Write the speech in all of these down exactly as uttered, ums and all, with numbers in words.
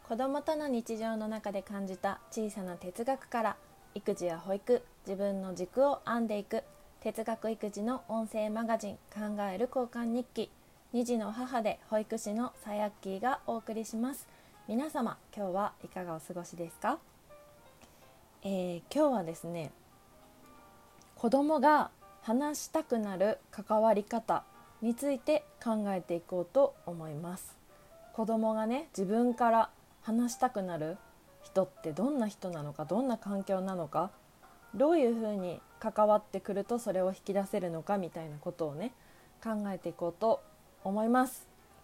子どもとの日常の中で感じた小さな哲学から育児や保育、自分の軸を編んでいく哲学育児の音声マガジン考える交換日記、に児の母で保育士のさやっきーがお送りします。皆様今日はいかがお過ごしですか？えー、今日はですね、子どもが話したくなる関わり方について考えていこうと思います。子どもがね、自分から話したくなる人ってどんな人なのか、どんな環境なのか、どういうふうに関わってくるとそれを引き出せるのかみたいなことをね、考えていこうと思います。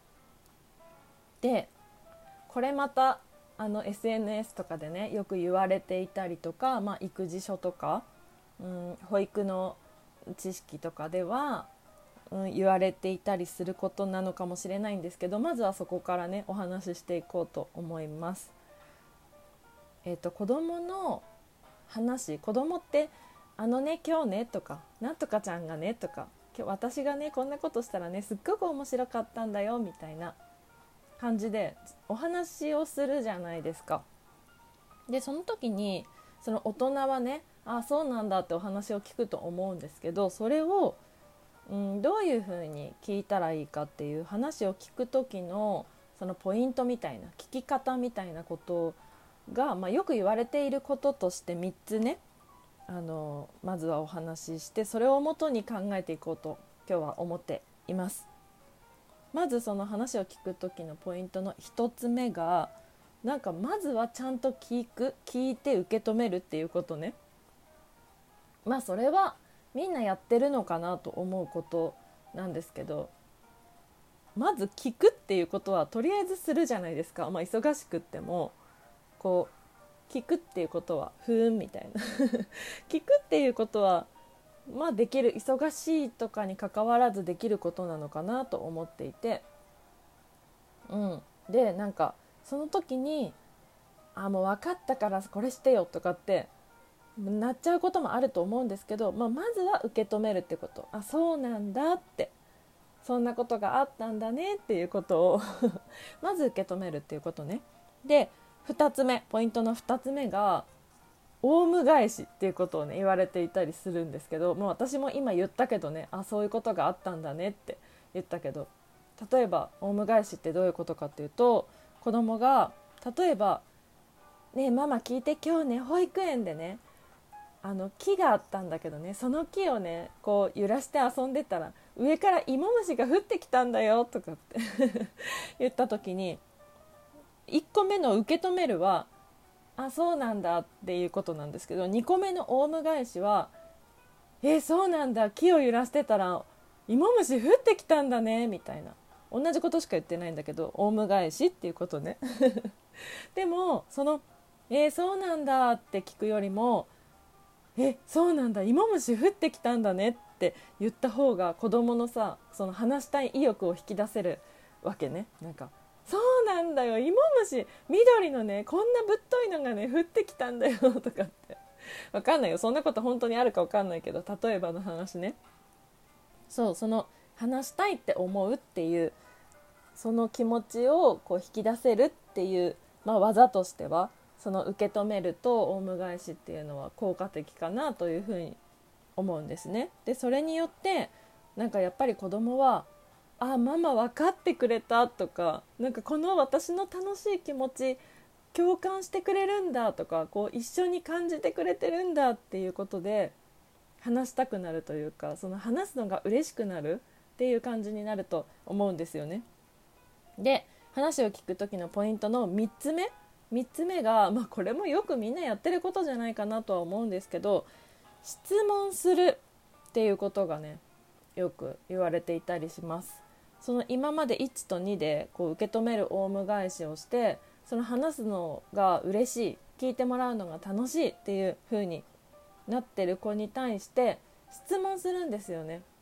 で、これまたあの エスエヌエス とかでねよく言われていたりとか、まあ、育児書とか、うん、保育の知識とかでは、うん、言われていたりすることなのかもしれないんですけど、まずはそこからねお話ししていこうと思います。えーと、子供の話、子供ってあのね今日ねとか、なんとかちゃんがねとか、今日私がねこんなことしたらねすっごく面白かったんだよみたいな感じでお話をするじゃないですか。でその時にその大人はね、あ、そうなんだってお話を聞くと思うんですけど、それを、うん、どういうふうに聞いたらいいかっていう話を聞く時のそのポイントみたいな、聞き方みたいなことが、まあ、よく言われていることとしてみっつね、あのまずはお話しして、それをもとに考えていこうと今日は思っています。まずその話を聞く時のポイントの一つ目が、なんかまずはちゃんと聞く、聞いて受け止めるっていうことね。まあそれはみんなやってるのかなと思うことなんですけど、まず聞くっていうことはとりあえずするじゃないですか。まあ忙しくってもこう聞くっていうことはふーんみたいな聞くっていうことはまあできる、忙しいとかに関わらずできることなのかなと思っていて、うんでなんかその時にあもう分かったからこれしてよとかってなっちゃうこともあると思うんですけど、まあ、まずは受け止めるってこと、あそうなんだって、そんなことがあったんだねっていうことをまず受け止めるっていうことね。でふたつめ、ポイントのふたつめがオウム返しっていうことをね言われていたりするんですけど、もう私も今言ったけどね、あそういうことがあったんだねって言ったけど、例えばオウム返しってどういうことかっていうと、子供が例えばねえママ聞いて、今日ね保育園でねあの木があったんだけどね、その木をねこう揺らして遊んでたら上から芋虫が降ってきたんだよとかって言った時に、いっこめの受け止めるはあそうなんだっていうことなんですけど、にこめのオウム返しはえそうなんだ、木を揺らしてたら芋虫降ってきたんだねみたいな、同じことしか言ってないんだけどオウム返しっていうことねでもそのえー、そうなんだって聞くよりも、えそうなんだ芋虫降ってきたんだねって言った方が子供のさ、その話したい意欲を引き出せるわけね。なんかそうなんだよ、芋虫緑のねこんなぶっといのがね降ってきたんだよとかって、わかんないよ、そんなこと本当にあるかわかんないけど、例えばの話ね。そうその話したいって思うっていうその気持ちをこう引き出せるっていう、まあ、技としてはその受け止めるとオウム返しっていうのは効果的かなというふうに思うんですね。でそれによってなんかやっぱり子供はあママ分かってくれたとか、なんかこの私の楽しい気持ち共感してくれるんだとか、こう一緒に感じてくれてるんだっていうことで話したくなるというか、その話すのが嬉しくなるっていう感じになると思うんですよね。で話を聞く時のポイントのみっつめみっつめが、まあ、これもよくみんなやってることじゃないかなとは思うんですけど、質問するっていうことがねよく言われていたりします。その今までいちとにでこう受け止めるオウム返しをして、その話すのが嬉しい、聞いてもらうのが楽しいっていう風になってる子に対して質問するんですよね。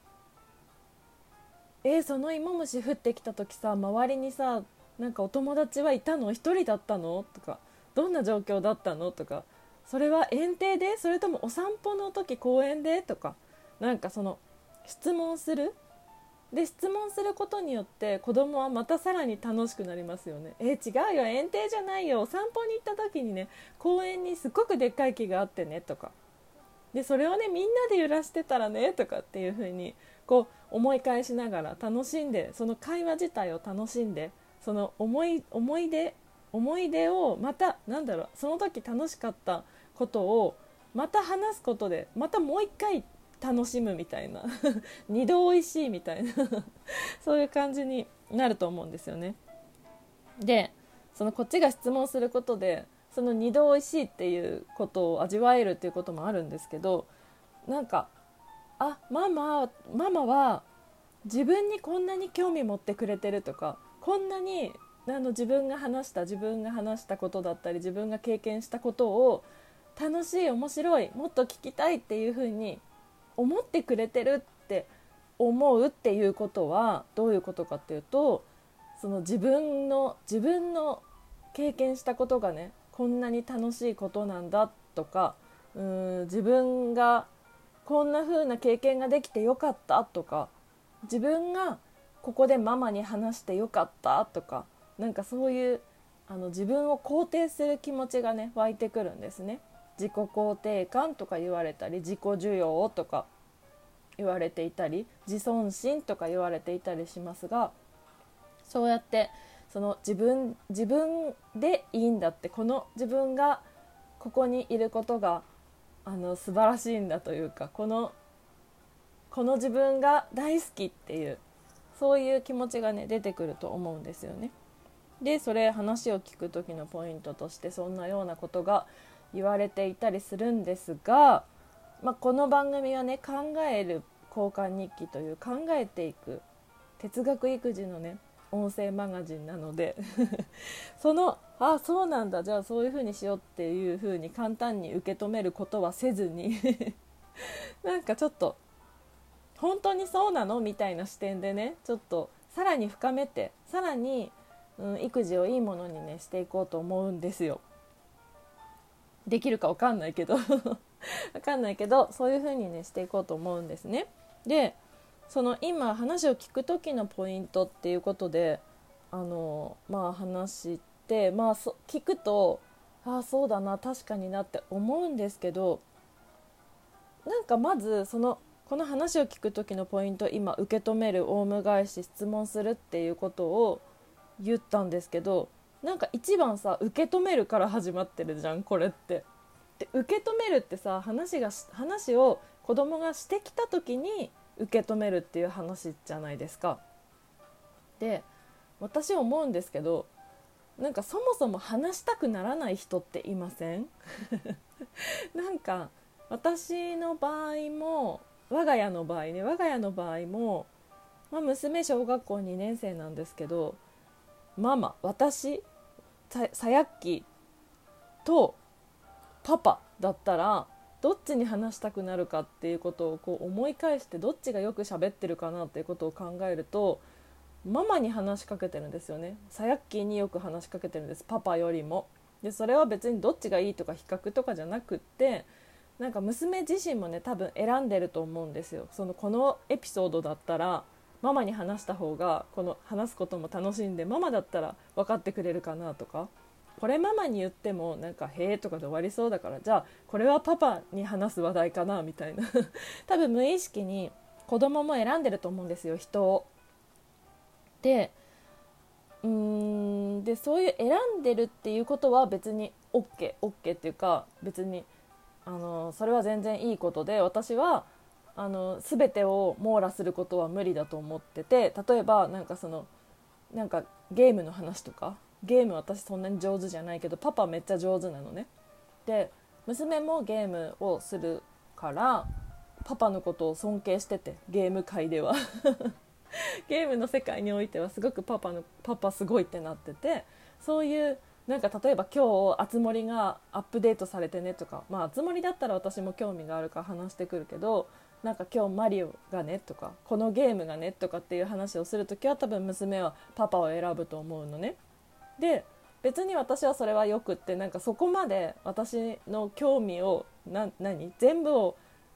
えー、その芋虫降ってきた時さ、周りにさなんかお友達はいたの、一人だったのとか、どんな状況だったのとか、それは園庭で、それともお散歩の時公園でとか、なんかその質問するで質問することによって子供はまたさらに楽しくなりますよね。え違うよ、園庭じゃないよ、お散歩に行った時にね公園にすごくでっかい木があってねとかで、それをねみんなで揺らしてたらねとかっていう風にこう思い返しながら楽しんで、その会話自体を楽しんで、その思い思い出思い出をまたなんだろう、その時楽しかったことをまた話すことでまたもう一回楽しむみたいな二度おいしいみたいなそういう感じになると思うんですよね。でそのこっちが質問することでその二度おいしいっていうことを味わえるっていうこともあるんですけど、なんかあママママは自分にこんなに興味持ってくれてるとか、こんなにあの自分が話した自分が話したことだったり自分が経験したことを楽しい面白いもっと聞きたいっていう風に思ってくれてるって思うっていうことはどういうことかっていうと、その自分の自分の経験したことがねこんなに楽しいことなんだとか、うーん自分がこんな風な経験ができてよかったとか、自分がここでママに話してよかったとか、なんかそういうあの自分を肯定する気持ちがね湧いてくるんですね。自己肯定感とか言われたり、自己需要とか言われていたり、自尊心とか言われていたりしますが、そうやってその自分自分でいいんだって、この自分がここにいることがあの素晴らしいんだというか、このこの自分が大好きっていうそういう気持ちがね出てくると思うんですよね。でそれ話を聞く時のポイントとしてそんなようなことが言われていたりするんですが、まあ、この番組はね考える交換日記という考えていく哲学育児のね音声マガジンなのでそのあそうなんだじゃあそういう風にしようっていう風に簡単に受け止めることはせずになんかちょっと本当にそうなのみたいな視点でねちょっとさらに深めてさらに、うん、育児をいいものにねしていこうと思うんですよ。できるか分かんないけど分かんないけどそういう風にねしていこうと思うんですね。でその今話を聞く時のポイントっていうことであのまあ話してまあそ聞くとああそうだな確かになって思うんですけど、なんかまずそのこの話を聞く時のポイント、今受け止める、オウム返し、質問するっていうことを言ったんですけど、なんか一番さ受け止めるから始まってるじゃんこれって。で受け止めるってさ話が話を子供がしてきた時に受け止めるっていう話じゃないですか。で私思うんですけど、なんかそもそも話したくならない人っていませんなんか私の場合も我が家の場合ね我が家の場合も、まあ、娘小学校にねん生なんですけど、ママ私さやっきとパパだったらどっちに話したくなるかっていうことをこう思い返して、どっちがよく喋ってるかなっていうことを考えるとママに話しかけてるんですよね。さやっきーによく話しかけてるんです、パパよりも。でそれは別にどっちがいいとか比較とかじゃなくって、なんか娘自身もね多分選んでると思うんですよ。そのこのエピソードだったらママに話した方がこの話すことも楽しんで、ママだったら分かってくれるかなとか、これママに言ってもなんかへーとかで終わりそうだから、じゃあこれはパパに話す話題かなみたいな多分無意識に子供も選んでると思うんですよ、人を。でうーんでそういう選んでるっていうことは別に OK, OK っていうか、別にあのそれは全然いいことで、私はあの全てを網羅することは無理だと思ってて、例えばなんかそのなんかゲームの話とか、ゲーム私そんなに上手じゃないけどパパめっちゃ上手なのね。で娘もゲームをするからパパのことを尊敬してて、ゲーム界ではゲームの世界においてはすごくパパのパパすごいってなってて、そういうなんか例えば今日あつ森がアップデートされてねとか、まああつ森だったら私も興味があるから話してくるけど、なんか今日マリオがねとかこのゲームがねとかっていう話をするときは多分娘はパパを選ぶと思うのね。で別に私はそれはよくって、なんかそこまで私の興味をな何全部を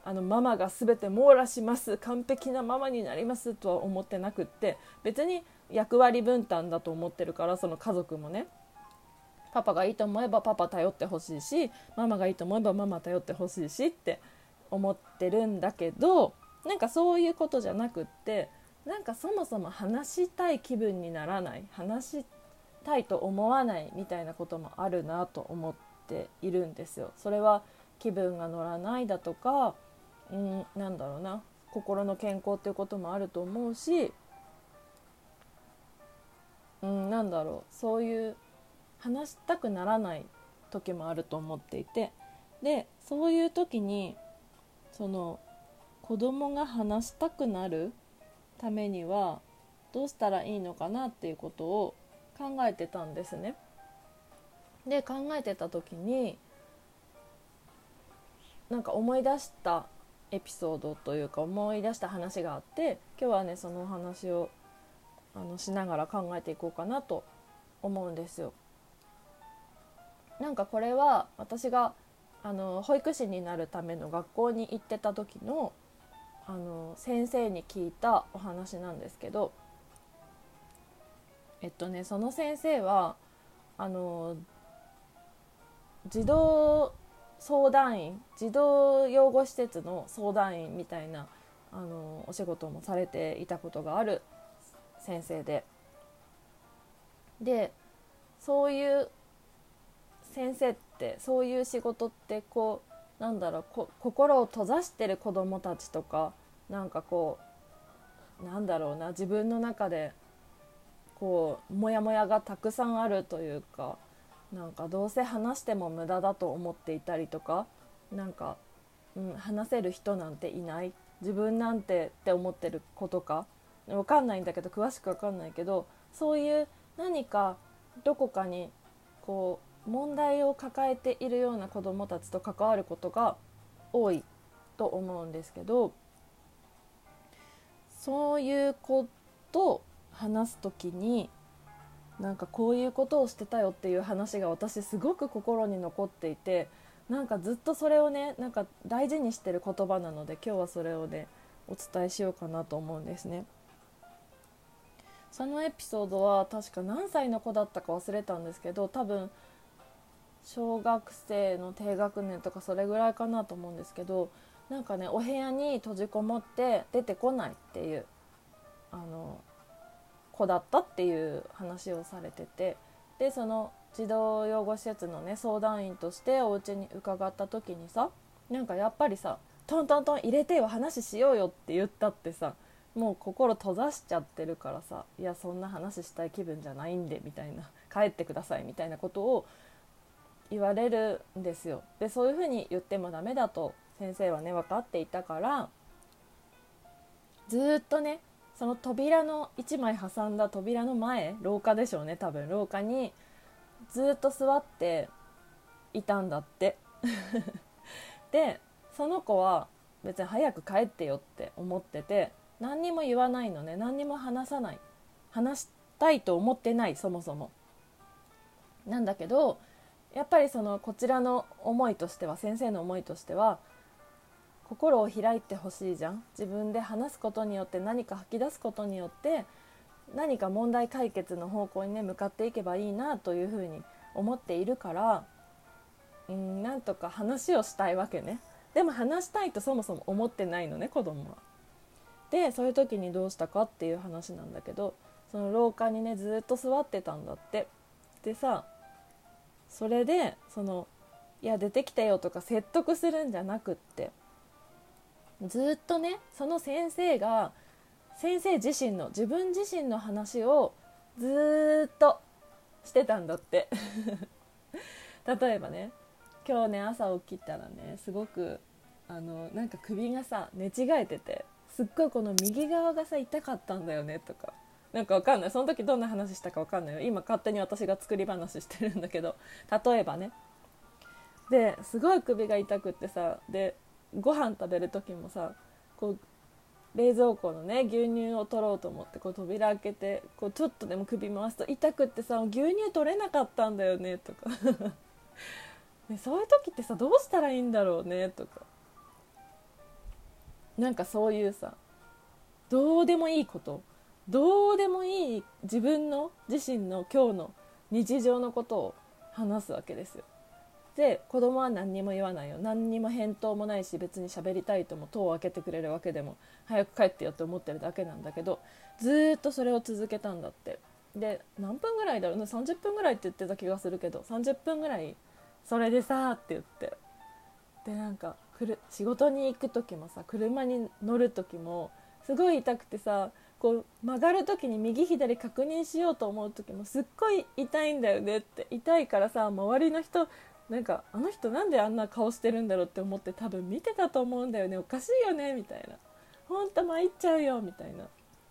あのママが全て網羅します、完璧なママになりますとは思ってなくって、別に役割分担だと思ってるから、その家族もね、パパがいいと思えばパパ頼ってほしいし、ママがいいと思えばママ頼ってほしいしって思ってるんだけど、なんかそういうことじゃなくって、なんかそもそも話したい気分にならない、話したいと思わないみたいなこともあるなと思っているんですよ。それは気分が乗らないだとか、うん、なんだろうな、心の健康っていうこともあると思うし、うん、なんだろう、そういう話したくならない時もあると思っていて、でそういう時にその子供が話したくなるためにはどうしたらいいのかなっていうことを考えてたんですね。で考えてた時になんか思い出したエピソードというか、思い出した話があって、今日はねそのお話をあのしながら考えていこうかなと思うんですよ。なんかこれは私があの保育士になるための学校に行ってた時のあの先生に聞いたお話なんですけど、えっとねその先生はあの児童相談員、児童養護施設の相談員みたいなあのお仕事もされていたことがある先生で、でそういう先生って、そういう仕事ってこうなんだろう、こ心を閉ざしてる子どもたちとか、なんかこうなんだろうな、自分の中でこうモヤモヤがたくさんあるというか、なんかどうせ話しても無駄だと思っていたりとか、なんか、うん、話せる人なんていない、自分なんてって思ってる子とか、わかんないんだけど、詳しくわかんないけど、そういう何かどこかにこう問題を抱えているような子どもたちと関わることが多いと思うんですけど、そういう子と話すときになんかこういうことをしてたよっていう話が私すごく心に残っていて、なんかずっとそれをねなんか大事にしてる言葉なので、今日はそれをねお伝えしようかなと思うんですね。そのエピソードは確か何歳の子だったか忘れたんですけど、多分小学生の低学年とかそれぐらいかなと思うんですけど、なんかねお部屋に閉じこもって出てこないっていうあの子だったっていう話をされてて、でその児童養護施設のね相談員としてお家に伺った時にさ、なんかやっぱりさ、トントントン入れてよ、話しようよって言ったってさ、もう心閉ざしちゃってるからさ、いやそんな話したい気分じゃないんでみたいな、帰ってくださいみたいなことを言われるんですよ。でそういうふうに言ってもダメだと先生はね分かっていたから、ずっとねその扉のいちまい挟んだ扉の前、廊下でしょうね多分、廊下にずっと座っていたんだってでその子は別に早く帰ってよって思ってて、何にも言わないのね、何にも話さない、話したいと思ってない、そもそもなんだけど、やっぱりそのこちらの思いとしては、先生の思いとしては心を開いてほしいじゃん。自分で話すことによって、何か吐き出すことによって何か問題解決の方向にね向かっていけばいいなというふうに思っているから、うん、なんとか話をしたいわけね。でも話したいとそもそも思ってないのね、子供は。でそういう時にどうしたかっていう話なんだけど、その廊下にねずっと座ってたんだって。でさ、それでそのいや出てきてよとか説得するんじゃなくって、ずっとねその先生が先生自身の自分自身の話をずっとしてたんだって例えばね、今日ね朝起きたらねすごくあのなんか首がさ寝違えてて、すっごいこの右側がさ痛かったんだよねとか、なんかわかんない、その時どんな話したかわかんないよ、今勝手に私が作り話してるんだけど、例えばね、ですごい首が痛くってさ、でご飯食べる時もさ、こう冷蔵庫のね牛乳を取ろうと思ってこう扉開けてこうちょっとでも首回すと痛くってさ、牛乳取れなかったんだよねとかね、そういう時ってさどうしたらいいんだろうねとか、 なんかそういうさ、どうでもいいこと、どうでもいい自分の自身の今日の日常のことを話すわけですよ。で子供は何にも言わないよ、何にも返答もないし、別に喋りたいとも戸を開けてくれるわけでも、早く帰ってよって思ってるだけなんだけど、ずーっとそれを続けたんだって。で何分ぐらいだろうね、さんじゅっぷんぐらいって言ってた気がするけど、さんじゅっぷんぐらいそれでさーって言って、でなんかくる仕事に行く時もさ、車に乗る時もすごい痛くてさ、こう曲がる時に右左確認しようと思う時もすっごい痛いんだよねって。痛いからさ、周りの人なんかあの人なんであんな顔してるんだろうって思って多分見てたと思うんだよね、おかしいよねみたいな、ほんと参っちゃうよみたいな、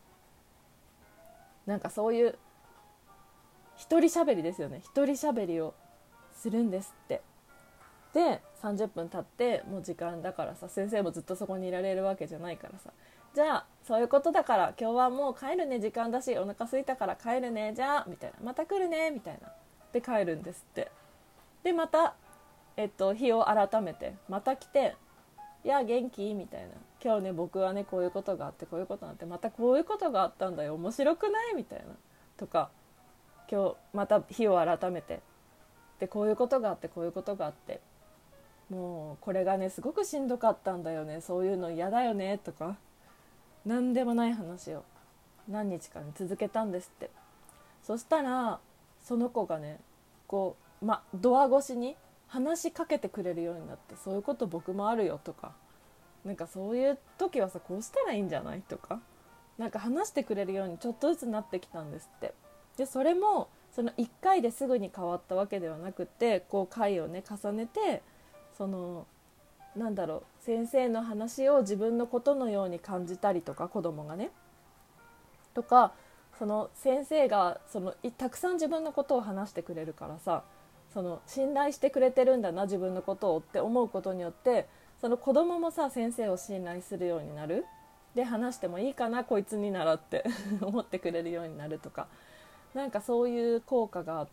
なんかそういう一人喋りですよね、一人喋りをするんですって。でさんじゅっぷん経ってもう時間だからさ、先生もずっとそこにいられるわけじゃないからさ、じゃあそういうことだから今日はもう帰るね、時間だしお腹空いたから帰るね、じゃあみたいな、また来るねみたいなで帰るんですって。でまた、えっと、日を改めてまた来て、いや元気みたいな、今日ね僕はねこういうことがあってこういうことがあって、またこういうことがあったんだよ、面白くないみたいなとか、今日また日を改めて、でこういうことがあってこういうことがあって、もうこれがねすごくしんどかったんだよね、そういうの嫌だよねとか、何でもない話を何日かに続けたんですって。そしたらその子がね、こう、ま、ドア越しに話しかけてくれるようになって、そういうこと僕もあるよとか、なんかそういう時はさこうしたらいいんじゃないとか、なんか話してくれるようにちょっとずつなってきたんですって。でそれもそのいっかいですぐに変わったわけではなくて、こう回をね重ねて、そのなんだろう、先生の話を自分のことのように感じたりとか、子供がねとか、その先生がそのたくさん自分のことを話してくれるからさ、その信頼してくれてるんだな自分のことをって思うことによって、その子供もさ先生を信頼するようになる。で話してもいいかなこいつにならって思ってくれるようになるとか、なんかそういう効果があって、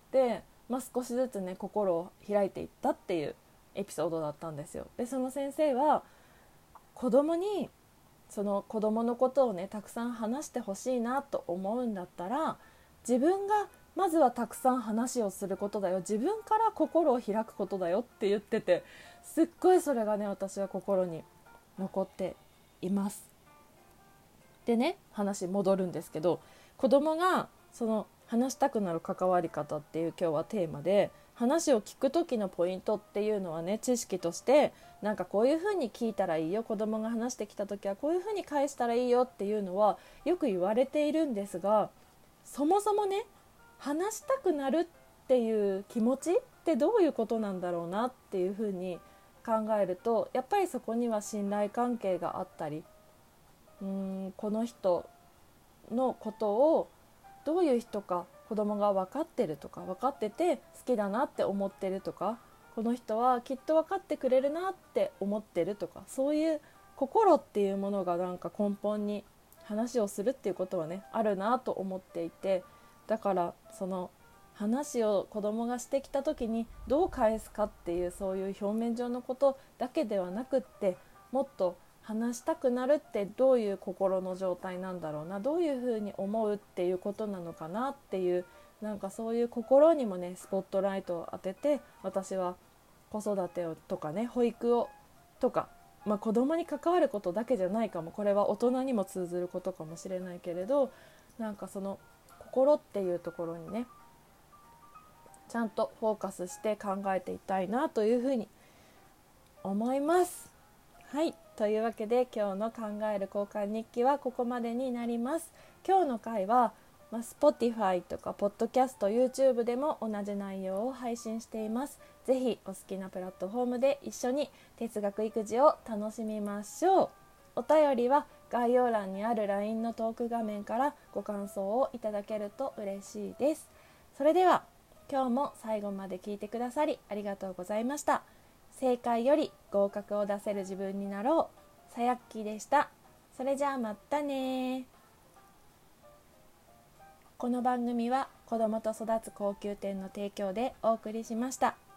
まあ、少しずつね心を開いていったっていうエピソードだったんですよ。でその先生は子供にその子供のことをねたくさん話してほしいなと思うんだったら、自分がまずはたくさん話をすることだよ、自分から心を開くことだよって言ってて、すっごいそれがね私は心に残っています。でね話戻るんですけど、子供がその話したくなる関わり方っていう今日はテーマで、話を聞く時のポイントっていうのはね、知識としてなんかこういう風に聞いたらいいよ、子供が話してきた時はこういう風に返したらいいよっていうのはよく言われているんですが、そもそもね話したくなるっていう気持ちってどういうことなんだろうなっていう風に考えると、やっぱりそこには信頼関係があったり、うーんこの人のことをどういう人か子供が分かってるとか、分かってて好きだなって思ってるとか、この人はきっと分かってくれるなって思ってるとか、そういう心っていうものがなんか根本に話をするっていうことはねあるなと思っていて、だからその話を子供がしてきた時にどう返すかっていう、そういう表面上のことだけではなくって、もっと話したくなるってどういう心の状態なんだろうな、どういうふうに思うっていうことなのかなっていう、なんかそういう心にもねスポットライトを当てて、私は子育てをとかね保育をとか、まあ、子供に関わることだけじゃないかも、これは大人にも通ずることかもしれないけれど、なんかその心っていうところにねちゃんとフォーカスして考えていたいなというふうに思います。はい、というわけで今日の考える交換日記はここまでになります。今日の回は、まあ、Spotify とか Podcast、YouTube でも同じ内容を配信しています。ぜひお好きなプラットフォームで一緒に哲学育児を楽しみましょう。お便りは概要欄にある ライン のトーク画面からご感想をいただけると嬉しいです。それでは今日も最後まで聞いてくださりありがとうございました。正解より合格を出せる自分になろう。さやっきーでした。それじゃあまたね。この番組は子どもと育つ高級店の提供でお送りしました。